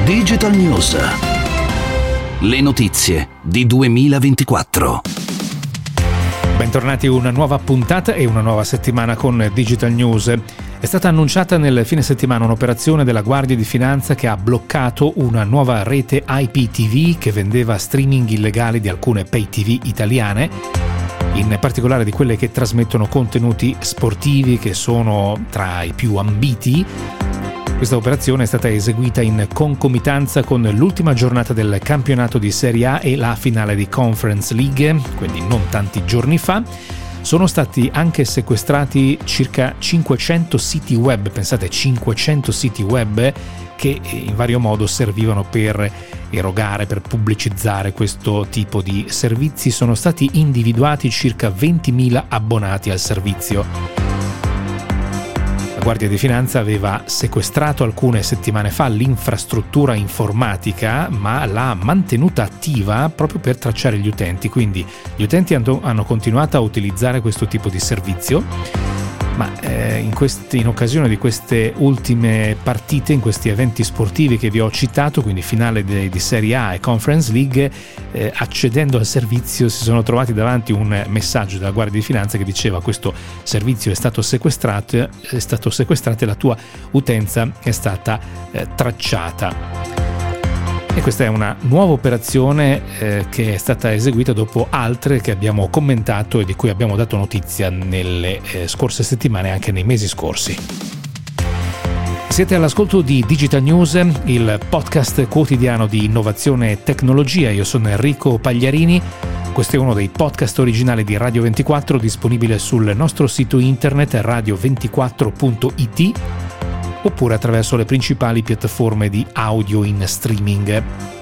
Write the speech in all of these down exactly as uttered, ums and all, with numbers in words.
Digital News. Le notizie di duemilaventiquattro. Bentornati a una nuova puntata e una nuova settimana con Digital News. È stata annunciata nel fine settimana un'operazione della Guardia di Finanza che ha bloccato una nuova rete I P T V che vendeva streaming illegali di alcune pay T V italiane, in particolare di quelle che trasmettono contenuti sportivi che sono tra i più ambiti. Questa operazione è stata eseguita in concomitanza con l'ultima giornata del campionato di Serie A e la finale di Conference League, quindi non tanti giorni fa. Sono stati anche sequestrati circa cinquecento siti web, pensate cinquecento siti web che in vario modo servivano per erogare, per pubblicizzare questo tipo di servizi. Sono stati individuati circa ventimila abbonati al servizio. La Guardia di Finanza aveva sequestrato alcune settimane fa l'infrastruttura informatica, ma l'ha mantenuta attiva proprio per tracciare gli utenti, quindi gli utenti hanno, hanno continuato a utilizzare questo tipo di servizio, ma eh, in, questi, in occasione di queste ultime partite, in questi eventi sportivi che vi ho citato, quindi finale de, di Serie A e Conference League, eh, accedendo al servizio si sono trovati davanti un messaggio della Guardia di Finanza che diceva: questo servizio è stato sequestrato, è stato sequestrato e la tua utenza è stata eh, tracciata. E questa è una nuova operazione eh, che è stata eseguita dopo altre che abbiamo commentato e di cui abbiamo dato notizia nelle eh, scorse settimane e anche nei mesi scorsi. Siete all'ascolto di Digital News, il podcast quotidiano di innovazione e tecnologia. Io sono Enrico Pagliarini. Questo è uno dei podcast originali di Radio ventiquattro, disponibile sul nostro sito internet radio ventiquattro punto it oppure attraverso le principali piattaforme di audio in streaming.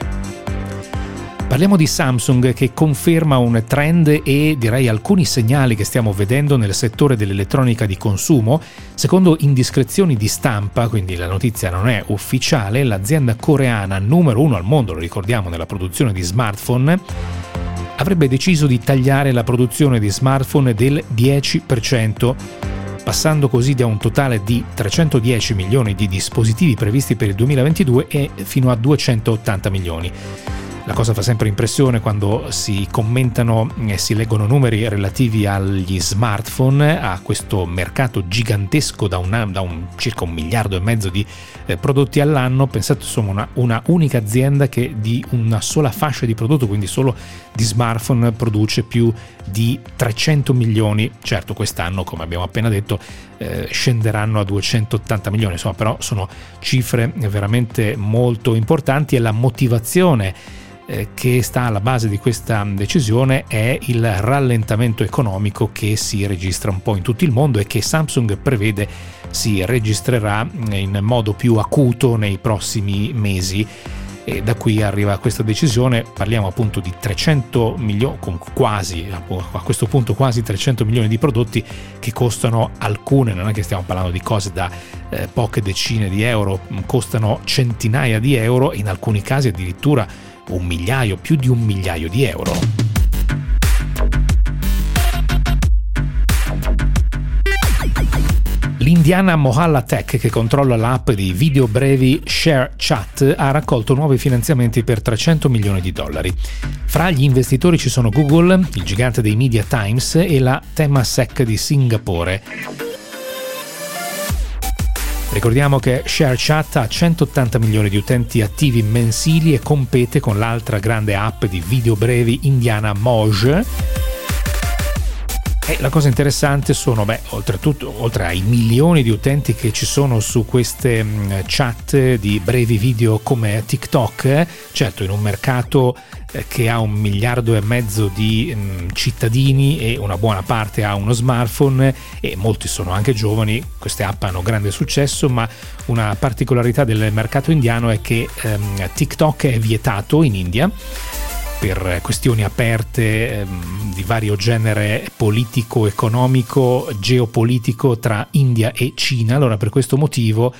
Parliamo di Samsung, che conferma un trend e direi alcuni segnali che stiamo vedendo nel settore dell'elettronica di consumo. Secondo indiscrezioni di stampa, quindi la notizia non è ufficiale, l'azienda coreana numero uno al mondo, lo ricordiamo, nella produzione di smartphone, avrebbe deciso di tagliare la produzione di smartphone del dieci per cento, passando così da un totale di trecentodieci milioni di dispositivi previsti per il duemilaventidue e fino a duecentottanta milioni. La cosa fa sempre impressione quando si commentano e si leggono numeri relativi agli smartphone, a questo mercato gigantesco da, un, da un, circa un miliardo e mezzo di eh, prodotti all'anno. Pensate, insomma, una, una unica azienda che di una sola fascia di prodotto, quindi solo di smartphone, produce più di trecento milioni. Certo, quest'anno, come abbiamo appena detto, eh, scenderanno a duecentottanta milioni, insomma, però sono cifre veramente molto importanti, e la motivazione che sta alla base di questa decisione è il rallentamento economico che si registra un po' in tutto il mondo e che Samsung prevede si registrerà in modo più acuto nei prossimi mesi. E da qui arriva questa decisione. Parliamo appunto di trecento milioni, quasi a questo punto quasi trecento milioni di prodotti che costano alcune, non è che stiamo parlando di cose da eh, poche decine di euro, costano centinaia di euro e in alcuni casi addirittura un migliaio, più di un migliaio di euro. L'indiana Mohalla Tech, che controlla l'app di video brevi ShareChat, ha raccolto nuovi finanziamenti per trecento milioni di dollari. Fra gli investitori ci sono Google, il gigante dei Media Times e la Temasek di Singapore. Ricordiamo che ShareChat ha centottanta milioni di utenti attivi mensili e compete con l'altra grande app di video brevi indiana Moj. E la cosa interessante sono, beh, oltretutto, oltre ai milioni di utenti che ci sono su queste mh, chat di brevi video come TikTok, eh, certo in un mercato eh, che ha un miliardo e mezzo di mh, cittadini e una buona parte ha uno smartphone e molti sono anche giovani, queste app hanno grande successo, ma una particolarità del mercato indiano è che ehm, TikTok è vietato in India per questioni aperte ehm, di vario genere politico, economico, geopolitico tra India e Cina. Allora, per questo motivo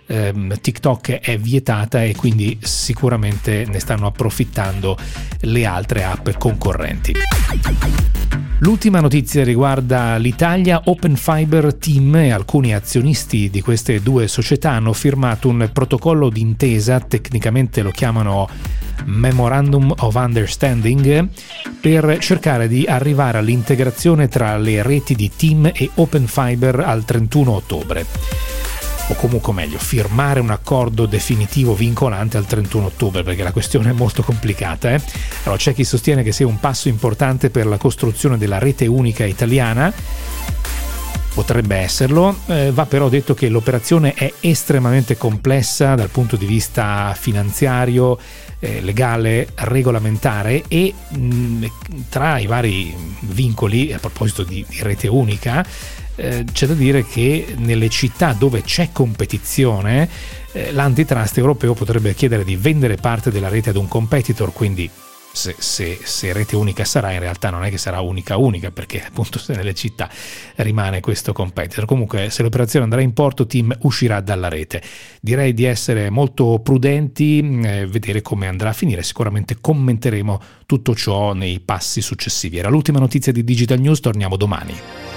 ehm, TikTok è vietata e quindi sicuramente ne stanno approfittando le altre app concorrenti. L'ultima notizia riguarda l'Italia. Open Fiber Team e alcuni azionisti di queste due società hanno firmato un protocollo d'intesa, tecnicamente lo chiamano Memorandum of Understanding, per cercare di arrivare all'integrazione tra le reti di Team e Open Fiber al trentuno ottobre. O comunque meglio, firmare un accordo definitivo vincolante al trentuno ottobre, perché la questione è molto complicata. Eh? Allora, c'è chi sostiene che sia un passo importante per la costruzione della rete unica italiana. Potrebbe esserlo, eh, va però detto che l'operazione è estremamente complessa dal punto di vista finanziario, eh, legale, regolamentare e mh, tra i vari vincoli, a proposito di, di rete unica, eh, c'è da dire che nelle città dove c'è competizione eh, l'antitrust europeo potrebbe chiedere di vendere parte della rete ad un competitor, quindi Se, se, se rete unica sarà, in realtà non è che sarà unica unica, perché appunto se nelle città rimane questo competitor. Comunque, se l'operazione andrà in porto, Team uscirà dalla rete. Direi di essere molto prudenti, eh, vedere come andrà a finire. Sicuramente commenteremo tutto ciò nei passi successivi. Era l'ultima notizia di Digital News, torniamo domani.